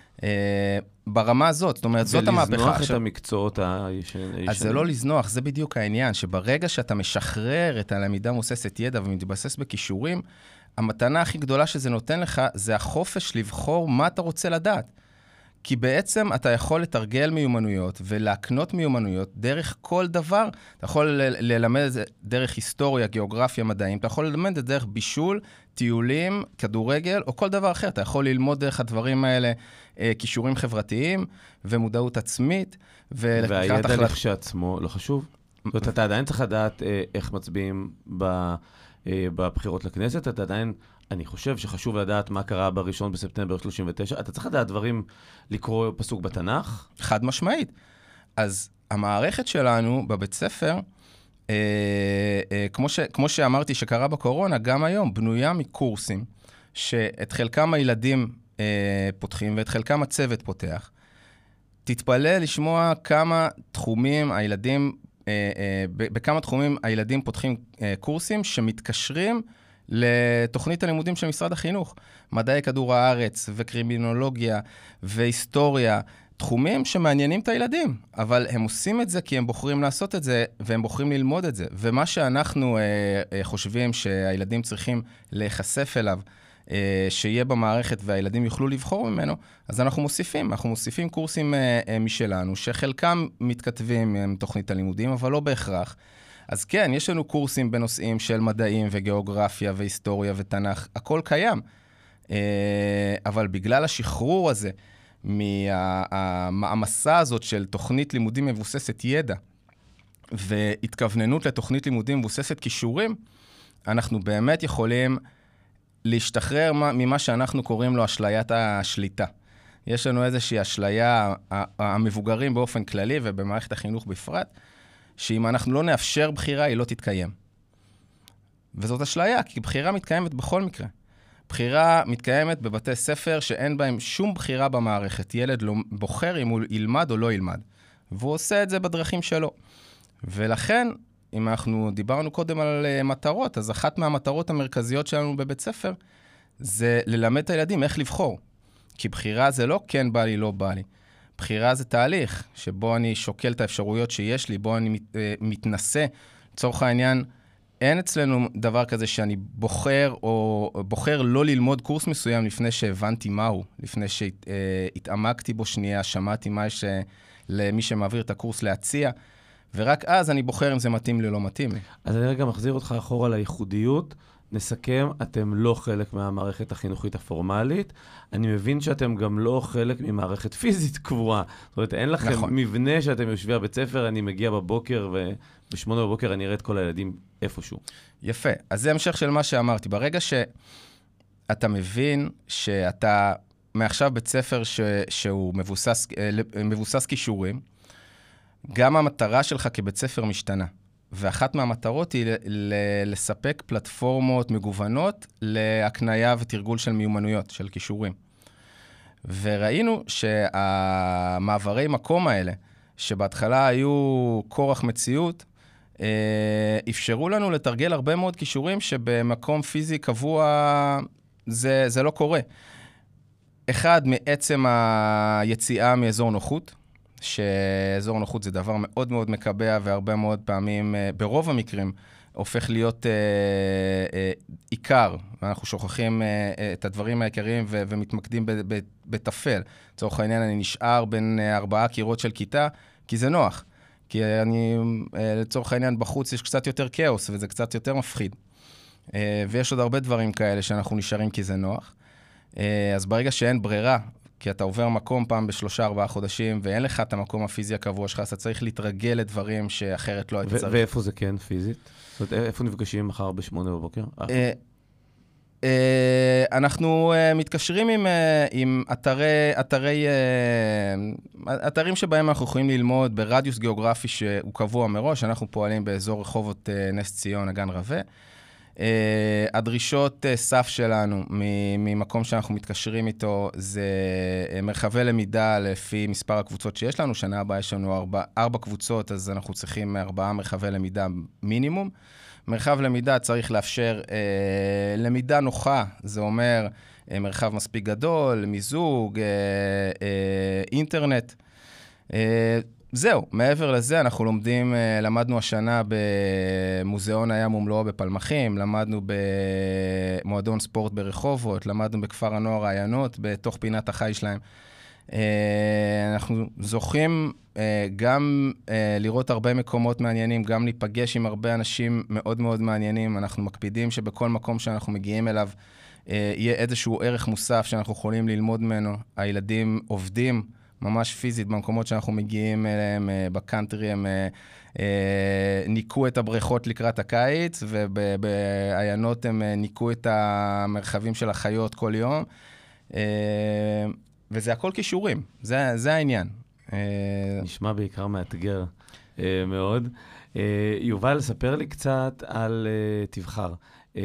ברמה הזאת, זאת אומרת, זאת המהפכה. ולזנוח את המקצועות הישנים. אז זה לא לזנוח, זה בדיוק העניין, שברגע שאתה משחרר את הלמידה מבוססת ידע ומתבסס בכישורים, המתנה הכי גדולה שזה נותן לך, זה החופש לבחור מה אתה רוצה לדעת. כי בעצם אתה יכול לתרגל מיומנויות ולהקנות מיומנויות דרך כל דבר. אתה יכול ל- ללמד את זה דרך היסטוריה, גיאוגרפיה, מדעים. אתה יכול ללמד את זה דרך בישול, טיולים, כדורגל, או כל דבר אחר. אתה יכול ללמוד דרך הדברים האלה אה, כישורים חברתיים ומודעות עצמית. והידע לכשעצמו לא חשוב. זאת אומרת, אתה עדיין צריך לדעת אה, איך מצביעים ב, אה, בבחירות לכנסת. אתה עדיין... אני חושב שחשוב לדעת מה קרה בראשון בספטמבר שלושים ותשע. אתה צריך לדעת דברים, לקרוא פסוק בתנ"ך? חד משמעית. אז המערכת שלנו בבית ספר, אה, אה, כמו, ש, כמו שאמרתי שקרה בקורונה, גם היום בנויה מקורסים, שאת חלקם הילדים אה, פותחים ואת חלקם הצוות פותח. תתפלא לשמוע כמה תחומים הילדים, אה, אה, בכמה תחומים הילדים פותחים אה, קורסים שמתקשרים לתוכנית הלימודים של משרד החינוך. מדעי כדור הארץ וקרימינולוגיה והיסטוריה, תחומים שמעניינים את הילדים, אבל הם עושים את זה כי הם בוחרים לעשות את זה, והם בוחרים ללמוד את זה. ומה שאנחנו אה, אה, חושבים שהילדים צריכים להיחשף אליו, אה, שיהיה במערכת והילדים יוכלו לבחור ממנו, אז אנחנו מוסיפים. אנחנו מוסיפים קורסים אה, אה, משלנו, שחלקם מתכתבים עם תוכנית הלימודים, אבל לא בהכרח. אז כן, יש לנו קורסים בנושאים של מדעים וגיאוגרפיה והיסטוריה ותנ"ך, הכל קיים. אבל בגלל השחרור הזה, מהמסע הזאת של תוכנית לימודים מבוססת ידע, והתכווננות לתוכנית לימודים מבוססת כישורים, אנחנו באמת יכולים להשתחרר ממה שאנחנו קוראים לו אשליית השליטה. יש לנו איזושהי אשליה, המבוגרים באופן כללי ובמערכת החינוך בפרט, שאם אנחנו לא נאפשר בחירה, היא לא תתקיים. וזאת אשליה, כי בחירה מתקיימת בכל מקרה. בחירה מתקיימת בבתי ספר שאין בהם שום בחירה במערכת. ילד לא בוחר אם הוא ילמד או לא ילמד. והוא עושה את זה בדרכים שלו. ולכן, אם אנחנו דיברנו קודם על מטרות, אז אחת מהמטרות המרכזיות שלנו בבית ספר, זה ללמד את הילדים איך לבחור. כי בחירה זה לא כן בא לי, לא בא לי. בחירה זה תהליך שבו אני שוקל את האפשרויות שיש לי, בו אני מת, מתנסה. לצורך העניין, אין אצלנו דבר כזה שאני בוחר או בוחר לא ללמוד קורס מסוים לפני שהבנתי מהו, לפני שהתעמקתי בו שנייה, שמעתי מה יש למי שמעביר את הקורס להציע, ורק אז אני בוחר אם זה מתאים לי או לא מתאים לי. אז אני רגע מחזיר אותך אחורה לייחודיות. נסכם, אתם לא חלק מהמערכת החינוכית הפורמלית. אני מבין שאתם גם לא חלק ממערכת פיזית קבועה. זאת אומרת, אין לכם נכון. מבנה שאתם יושבים בבית ספר, אני מגיע בבוקר, ובשמונה בבוקר אני אראה את כל הילדים איפשהו. יפה. אז זה המשך של מה שאמרתי. ברגע שאתה מבין שאתה מעכשיו בית ספר ש... שהוא מבוסס, מבוסס כישורים, גם המטרה שלך כבית ספר משתנה. ואחת מהמטרות היא לספק פלטפורמות מגוונות להקניה ותרגול של מיומנויות, של כישורים. וראינו שהמעברי מקום האלה, שבהתחלה היו כורח מציאות, אפשרו לנו לתרגל הרבה מאוד כישורים שבמקום פיזי קבוע זה, זה לא קורה. אחד, מעצם היציאה מאזור נוחות, שאזור נוחות זה דבר מאוד מאוד מקבע, והרבה מאוד פעמים, ברוב המקרים, הופך להיות אה, אה, עיקר, ואנחנו שוכחים אה, את הדברים העיקריים ו- ומתמקדים ב- ב- בתפל. לצורך העניין, אני נשאר בין אה, ארבעה קירות של כיתה, כי זה נוח. כי אני, אה, לצורך העניין, בחוץ יש קצת יותר כאוס, וזה קצת יותר מפחיד. אה, ויש עוד הרבה דברים כאלה שאנחנו נשארים כי זה נוח. אה, אז ברגע שאין ברירה, כי אתה עובר מקום פעם בשלושה, ארבעה חודשים, ואין לך את המקום הפיזי הקבוע שלך, אז אתה צריך להתרגל לדברים שאחרת לא היית צריך. ואיפה זה כן פיזית? זאת אומרת, איפה נפגשים מחר בשמונה בבוקר? אנחנו מתקשרים עם, עם אתרי, אתרי, אתרים שבהם אנחנו יכולים ללמוד ברדיוס גיאוגרפי שהוא קבוע מראש. אנחנו פועלים באזור רחובות נס ציון, אגן רווה. הדרישות סף שלנו ממקום שאנחנו מתקשרים איתו זה מרחבי למידה לפי מספר הקבוצות שיש לנו. שנה הבאה יש לנו ארבע, ארבע קבוצות, אז אנחנו צריכים ארבעה מרחבי למידה מינימום. מרחב למידה צריך לאפשר אה, למידה נוחה, זה אומר אה, מרחב מספיק גדול, מיזוג, אה, אה, אינטרנט. אה, זהו, מעבר לזה אנחנו לומדים, אה, למדנו השנה במוזיאון הים ומלואו בפלמחים, למדנו במועדון ספורט ברחובות, למדנו בכפר הנוער העיינות, בתוך פינת החי שלהם. אנחנו זוכים גם לראות הרבה מקומות מעניינים, גם להיפגש עם הרבה אנשים מאוד מאוד מעניינים. אנחנו מקפידים שבכל מקום שאנחנו מגיעים אליו יהיה איזשהו ערך מוסף שאנחנו יכולים ללמוד ממנו. הילדים עובדים ממש פיזית במקומות שאנחנו מגיעים אליהם, בקאנטרי הם ניקו את הבריכות לקראת הקיץ, ובעיינות הם ניקו את המרחבים של החיות כל יום. וזה הכל כישורים, זה, זה העניין. נשמע בעיקר מאתגר מאוד. יובל, ספר לי קצת על תבחר.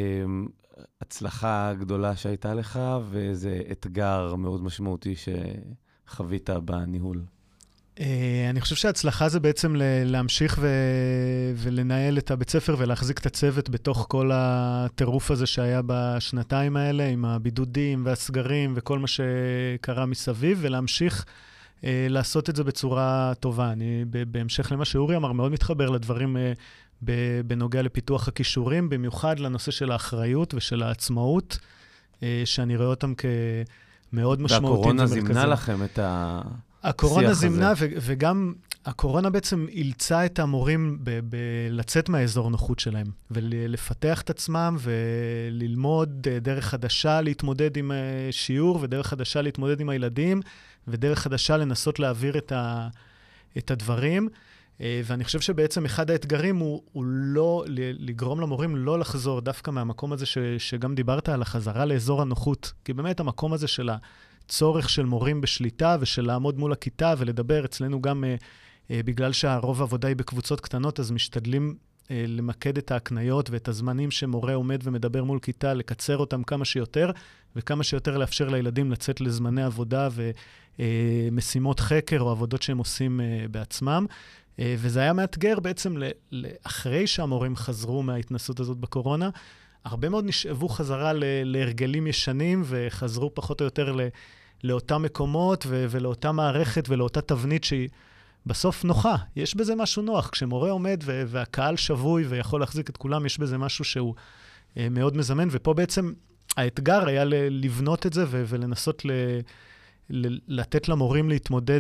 הצלחה גדולה שהייתה לך, וזה אתגר מאוד משמעותי שחווית בניהול. אני חושב שההצלחה זה בעצם להמשיך ולנהל את הבית ספר ולהחזיק את הצוות בתוך כל הטירוף הזה שהיה בשנתיים האלה, עם הבידודים והסגרים וכל מה שקרה מסביב, ולהמשיך לעשות את זה בצורה טובה. אני בהמשך למה שאורי אמר, מאוד מתחבר לדברים בנוגע לפיתוח הכישורים, במיוחד לנושא של האחריות ושל העצמאות, שאני רואה אותם כמאוד משמעותיים ומרכזיים. והקורונה זימנה לכם את ה... הקורונה זימנה, ו- וגם הקורונה בעצם אילצה את המורים ב- ב- לצאת מהאזור נוחות שלהם, ולפתח את עצמם, וללמוד דרך חדשה להתמודד עם שיעור, ודרך חדשה להתמודד עם הילדים, ודרך חדשה לנסות להעביר את, ה- את הדברים. ואני חושב שבעצם אחד האתגרים הוא, הוא לא, לגרום למורים לא לחזור דווקא מהמקום הזה ש- שגם דיברת על החזרה לאזור הנוחות, כי באמת המקום הזה של ה... צורך של מורים בשליטה ושל לעמוד מול הכיתה ולדבר. אצלנו גם אה, אה, בגלל שהרוב העבודה היא בקבוצות קטנות, אז משתדלים אה, למקד את ההקניות ואת הזמנים שמורה עומד ומדבר מול כיתה, לקצר אותם כמה שיותר, וכמה שיותר לאפשר לילדים לצאת לזמני עבודה ומשימות חקר או עבודות שהם עושים אה, בעצמם. אה, וזה היה מאתגר בעצם לאחרי שהמורים חזרו מההתנסות הזאת בקורונה, הרבה מאוד נשאבו חזרה ל- להרגלים ישנים, וחזרו פחות או יותר ל- לאותם מקומות, ו- ולאותה מערכת ולאותה תבנית שהיא בסוף נוחה. יש בזה משהו נוח. כשמורה עומד ו- והקהל שבוי ויכול להחזיק את כולם, יש בזה משהו שהוא אה, מאוד מזמן, ופה בעצם האתגר היה ל- לבנות את זה ו- ולנסות ל- ל- לתת למורים להתמודד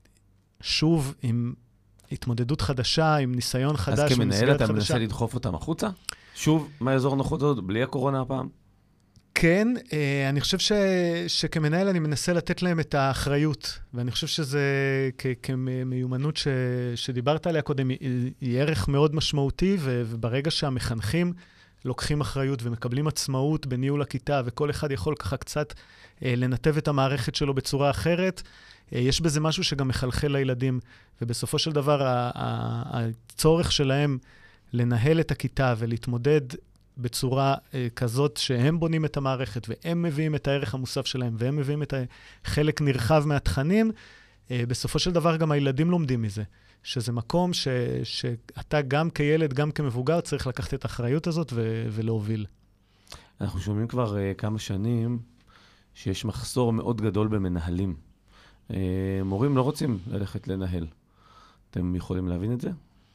שוב עם התמודדות חדשה, עם ניסיון חדש. אז כמנהל אתה מנסה לדחוף אותם החוצה? שוב, מהאזור נוחות הזאת, בלי הקורונה הפעם? כן, אני חושב ש, שכמנהל אני מנסה לתת להם את האחריות, ואני חושב שזה כ, כמיומנות ש, שדיברת עליה קודם, היא, היא ערך מאוד משמעותי, ו, וברגע שהמחנכים לוקחים אחריות ומקבלים עצמאות בניהול הכיתה, וכל אחד יכול ככה קצת לנתב את המערכת שלו בצורה אחרת, יש בזה משהו שגם מחלחל לילדים, ובסופו של דבר הצורך שלהם לנהל את הכיתה ולהתמודד בצורה אה, כזאת שהם בונים את המערכת, והם מביאים את הערך המוסף שלהם, והם מביאים את חלק נרחב מהתכנים, אה, בסופו של דבר גם הילדים לומדים מזה. שזה מקום ש, שאתה גם כילד, גם כמבוגר, צריך לקחת את האחריות הזאת ו, ולהוביל. אנחנו שומעים כבר uh, כמה שנים שיש מחסור מאוד גדול במנהלים. Uh, מורים לא רוצים ללכת לנהל. אתם יכולים להבין את זה?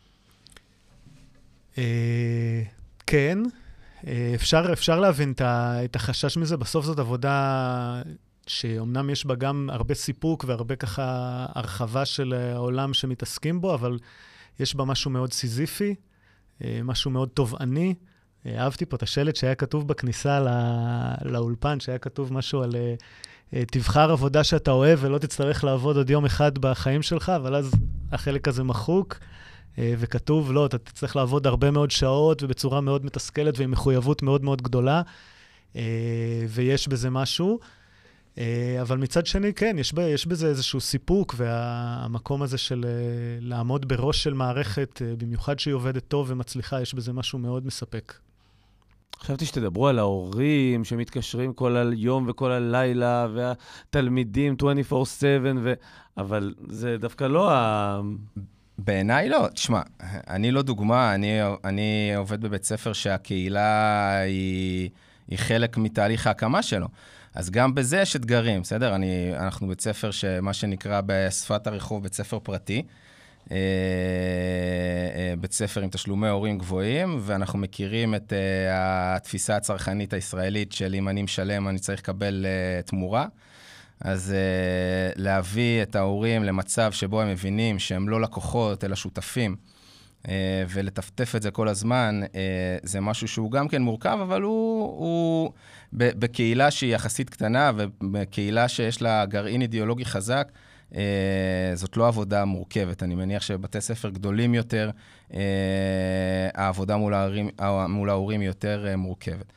Uh, כן, uh, אפשר, אפשר להבין את החשש מזה. בסוף זאת עבודה שאומנם יש בה גם הרבה סיפוק והרבה ככה הרחבה של העולם שמתעסקים בו, אבל יש בה משהו מאוד סיזיפי, משהו מאוד תובעני. אהבתי פה את השלט שהיה כתוב בכניסה לא, לאולפן, שהיה כתוב משהו על תבחר עבודה שאתה אוהב ולא תצטרך לעבוד עוד יום אחד בחיים שלך, אבל אז החלק הזה מחוק, וכתוב, לא, אתה תצטרך לעבוד הרבה מאוד שעות ובצורה מאוד מתסכלת ועם מחויבות מאוד מאוד גדולה, ויש בזה משהו. אבל מצד שני, כן, יש, ב, יש בזה איזשהו סיפוק, והמקום הזה של לעמוד בראש של מערכת, במיוחד שהיא עובדת טוב ומצליחה, יש בזה משהו מאוד מספק. חשבתי שתדברו על ההורים שמתקשרים כל היום וכל הלילה, והתלמידים עשרים וארבע שבע, ו... אבל זה דווקא לא ה... בעיניי לא. תשמע, אני לא דוגמה, אני, אני עובד בבית ספר שהקהילה היא, היא חלק מתהליך ההקמה שלו. אז גם בזה יש אתגרים, בסדר? אני, אנחנו בית ספר שמה שנקרא בשפת הרחוב, בית ספר פרטי, אה, אה, בית ספר עם תשלומי הורים גבוהים, ואנחנו מכירים את אה, התפיסה הצרכנית הישראלית של אם אני משלם, אני צריך לקבל אה, תמורה. אז אה, להביא את ההורים למצב שבו הם מבינים שהם לא לקוחות, אלא שותפים, אה, ולטפטף את זה כל הזמן, אה, זה משהו שהוא גם כן מורכב, אבל הוא... הוא בקהילה שהיא יחסית קטנה, ובקהילה שיש לה גרעין אידיאולוגי חזק, זאת לא עבודה מורכבת. אני מניח שבתי ספר גדולים יותר, העבודה מול ההורים, מול ההורים יותר מורכבת.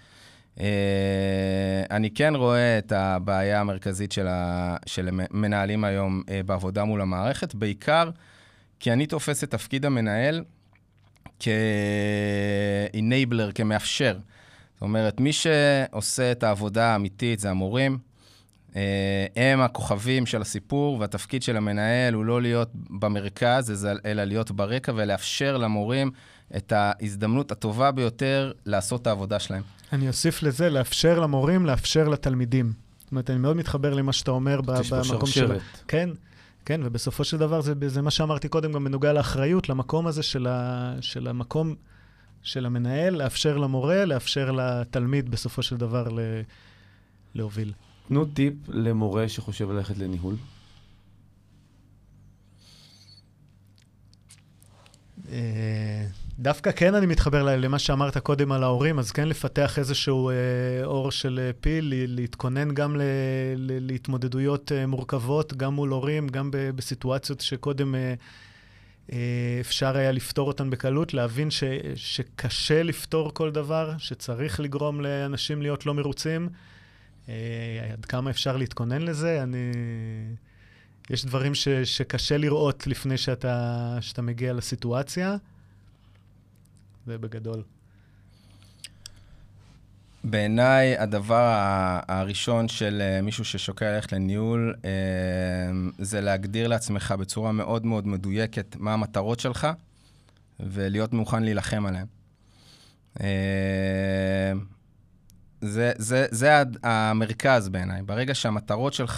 אני כן רואה את הבעיה המרכזית של, ה, של מנהלים היום בעבודה מול המערכת, בעיקר כי אני תופס את תפקיד המנהל כ-enabler, כמאפשר. זאת אומרת, מי שעושה את העבודה האמיתית זה המורים, הם הכוכבים של הסיפור, והתפקיד של המנהל הוא לא להיות במרכז, אלא להיות ברקע ולאפשר למורים את ההזדמנות הטובה ביותר לעשות את העבודה שלהם. אני אוסיף לזה, לאפשר למורים, לאפשר לתלמידים. זאת אומרת, אני מאוד מתחבר למה שאתה אומר במקום של... כן, כן, ובסופו של דבר זה, זה מה שאמרתי קודם, גם בנוגע לאחריות, למקום הזה של, ה, של המקום... של המנהל, לאפשר למורה, לאפשר לתלמיד בסופו של דבר ל... להוביל. תנו טיפ למורה שחושב ללכת לניהול. דווקא כן אני מתחבר למה שאמרת קודם על ההורים, אז כן לפתח איזשהו אור של פיל, להתכונן גם ל... להתמודדויות מורכבות, גם מול הורים, גם בסיטואציות שקודם... אפשר היה לפתור אותן בקלות, להבין ש, שקשה לפתור כל דבר, שצריך לגרום לאנשים להיות לא מרוצים. עד כמה אפשר להתכונן לזה? אני... יש דברים ש, שקשה לראות לפני שאתה, שאתה מגיע לסיטואציה. זה בגדול. בעיניי, הדבר הראשון של מישהו ששוקל ללכת לניהול, זה להגדיר לעצמך בצורה מאוד מאוד מדויקת מה המטרות שלך, ולהיות מוכן להילחם עליהן. זה, זה, זה המרכז בעיניי. ברגע שהמטרות שלך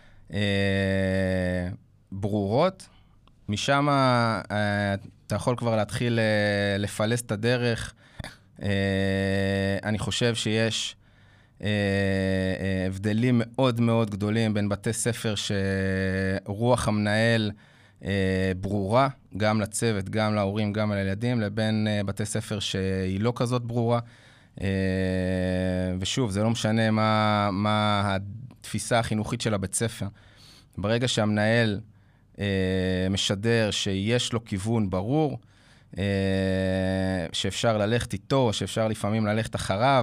ברורות, משם אתה יכול כבר להתחיל לפלס את הדרך. Uh, אני חושב שיש uh, uh, הבדלים מאוד מאוד גדולים בין בתי ספר שרוח המנהל uh, ברורה, גם לצוות, גם להורים, גם לילדים, לבין uh, בתי ספר שהיא לא כזאת ברורה. Uh, ושוב, זה לא משנה מה, מה התפיסה החינוכית של הבית ספר. ברגע שהמנהל uh, משדר שיש לו כיוון ברור, שאפשר ללכת איתו, שאפשר לפעמים ללכת אחריו,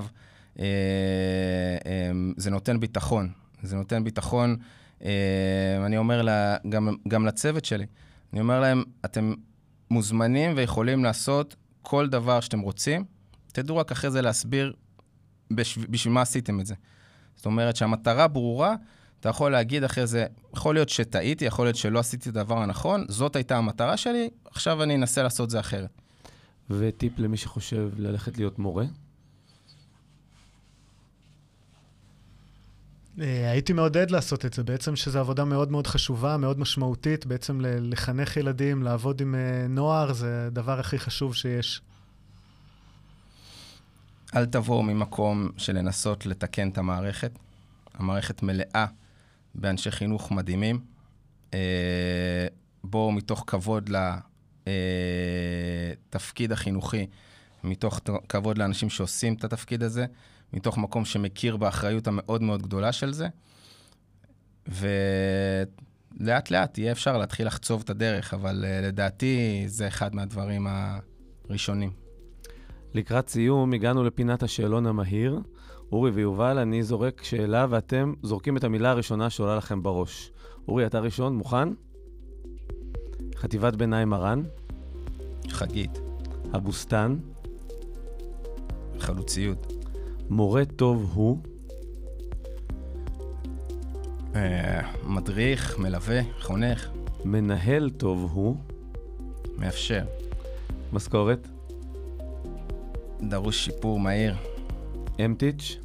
זה נותן ביטחון. זה נותן ביטחון, אני אומר לה, גם, גם לצוות שלי, אני אומר להם, אתם מוזמנים ויכולים לעשות כל דבר שאתם רוצים, תדעו רק אחרי זה להסביר בשביל, בשביל מה עשיתם את זה. זאת אומרת שהמטרה ברורה, אתה יכול להגיד אחרי זה, יכול להיות שטעיתי, יכול להיות שלא עשיתי את הדבר הנכון, זאת הייתה המטרה שלי, עכשיו אני אנסה לעשות זה אחרת. וטיפ למי שחושב ללכת להיות מורה? הייתי מעודד לעשות את זה, בעצם שזו עבודה מאוד מאוד חשובה, מאוד משמעותית, בעצם לחנך ילדים, לעבוד עם נוער, זה הדבר הכי חשוב שיש. אל תבואו ממקום של לנסות לתקן את המערכת. המערכת מלאה באנשי חינוך מדהימים. בואו מתוך כבוד לתפקיד החינוכי, מתוך כבוד לאנשים שעושים את התפקיד הזה, מתוך מקום שמכיר באחריות המאוד מאוד גדולה של זה, ולאט לאט יהיה אפשר להתחיל לחצוב את הדרך, אבל לדעתי זה אחד מהדברים הראשונים. לקראת סיום הגענו לפינת השאלון המהיר. אורי ויובל, אני זורק שאלה ואתם זורקים את המילה הראשונה שעולה לכם בראש. אורי, אתה ראשון, מוכן? חטיבת ביניים מרן. חגית. הבוסתן. חלוציות. מורה טוב הוא. מדריך, מלווה, חונך. מנהל טוב הוא. מאפשר. משכורת. דרוש שיפור מהיר. אמטיץ'.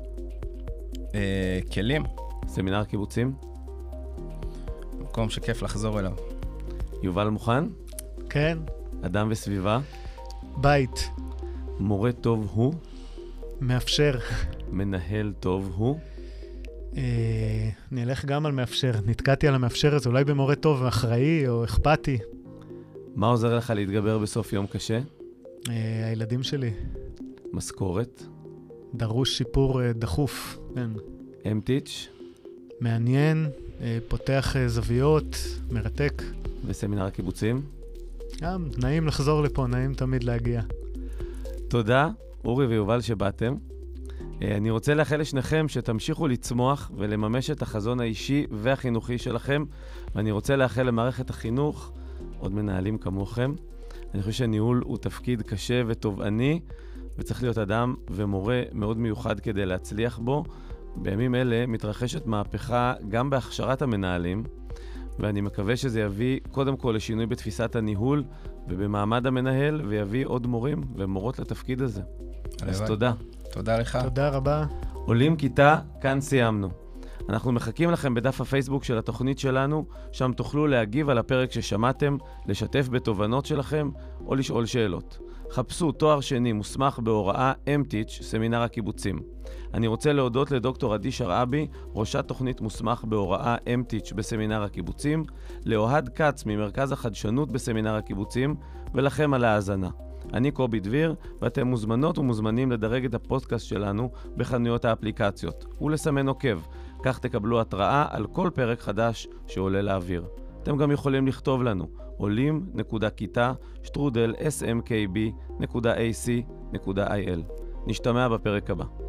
אה, כלים. סמינר קיבוצים. מקום שכיף לחזור אליו. יובל מוכן? כן. אדם וסביבה. בית. מורה טוב הוא. מאפשר. מנהל טוב הוא. אה, אני אלך גם על מאפשר. נתקעתי על המאפשר הזה, אולי במורה טוב, אחראי או אכפתי. מה עוזר לך להתגבר בסוף יום קשה? אה, הילדים שלי. משכורת. דרוש שיפור אה, דחוף. כן. אמטיץ'. מעניין, אה, פותח אה, זוויות, מרתק. וסמינר הקיבוצים. גם, נעים לחזור לפה, נעים תמיד להגיע. תודה, אורי ויובל שבאתם. אני רוצה לאחל לשניכם שתמשיכו לצמוח ולממש את החזון האישי והחינוכי שלכם, ואני רוצה לאחל למערכת החינוך, עוד מנהלים כמוכם. אני חושב שניהול הוא תפקיד קשה ותובעני, וצריך להיות אדם ומורה מאוד מיוחד כדי להצליח בו. בימים אלה מתרחשת מהפכה גם בהכשרת המנהלים, ואני מקווה שזה יביא קודם כל לשינוי בתפיסת הניהול ובמעמד המנהל, ויביא עוד מורים ומורות לתפקיד הזה. אז תודה. תודה לך. תודה רבה. עולים כיתה, כאן סיימנו. אנחנו מחכים לכם בדף הפייסבוק של התוכנית שלנו, שם תוכלו להגיב על הפרק ששמעתם, לשתף בתובנות שלכם או לשאול שאלות. חפשו תואר שני מוסמך בהוראה אמטיץ' סמינר הקיבוצים. אני רוצה להודות לדוקטור עדי שרעבי, ראשת תוכנית מוסמך בהוראה אמטיץ' בסמינר הקיבוצים, לאוהד קץ ממרכז החדשנות בסמינר הקיבוצים, ולכם על ההאזנה. אני קובי דביר, ואתם מוזמנות ומוזמנים לדרג את הפודקאסט שלנו בחנויות האפליקציות, ולסמן עוקב, כך תקבלו התראה על כל פרק חדש שעולה לאוויר. אתם גם יכולים לכתוב לנו עולים נקודה כיתה שטרודל אס אם קיי בי נקודה איי סי נקודה איי אל. נשתמע בפרק הבא.